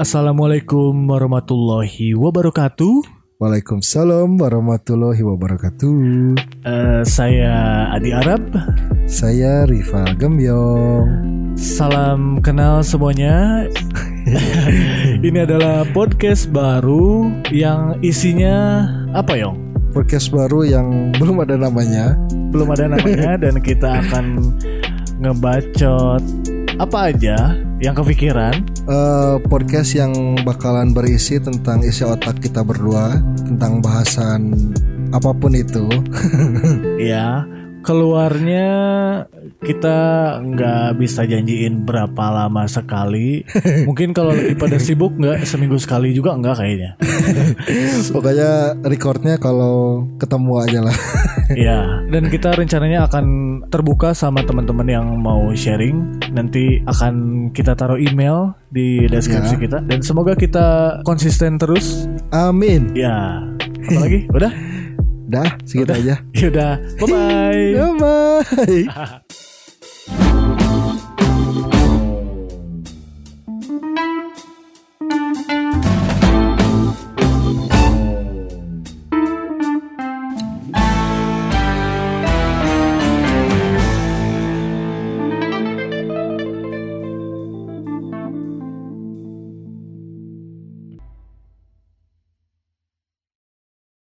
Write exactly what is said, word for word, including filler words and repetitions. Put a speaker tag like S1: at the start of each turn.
S1: Assalamualaikum warahmatullahi wabarakatuh.
S2: Waalaikumsalam warahmatullahi wabarakatuh.
S1: Uh, saya Adi Arab.
S2: Saya Rifa Gembyong.
S1: Salam kenal semuanya. Ini adalah podcast baru yang isinya apa, Yong?
S2: Podcast baru yang belum ada namanya.
S1: Belum ada namanya dan kita akan ngebacot apa aja yang kepikiran.
S2: uh, Podcast yang bakalan berisi tentang isi otak kita berdua, tentang bahasan apapun itu.
S1: Ya, keluarnya kita nggak bisa janjiin berapa lama sekali. Mungkin kalau lagi pada sibuk nggak seminggu sekali juga nggak kayaknya.
S2: Pokoknya recordnya kalau ketemu aja lah.
S1: Ya, dan kita rencananya akan terbuka sama teman-teman yang mau sharing. Nanti akan kita taruh email di deskripsi
S2: Ya.
S1: kita. Dan semoga kita konsisten terus.
S2: Amin.
S1: Ya, apa lagi? Udah?
S2: Dah, segitu
S1: Udah?
S2: aja.
S1: Yaudah, bye-bye.
S2: Bye-bye.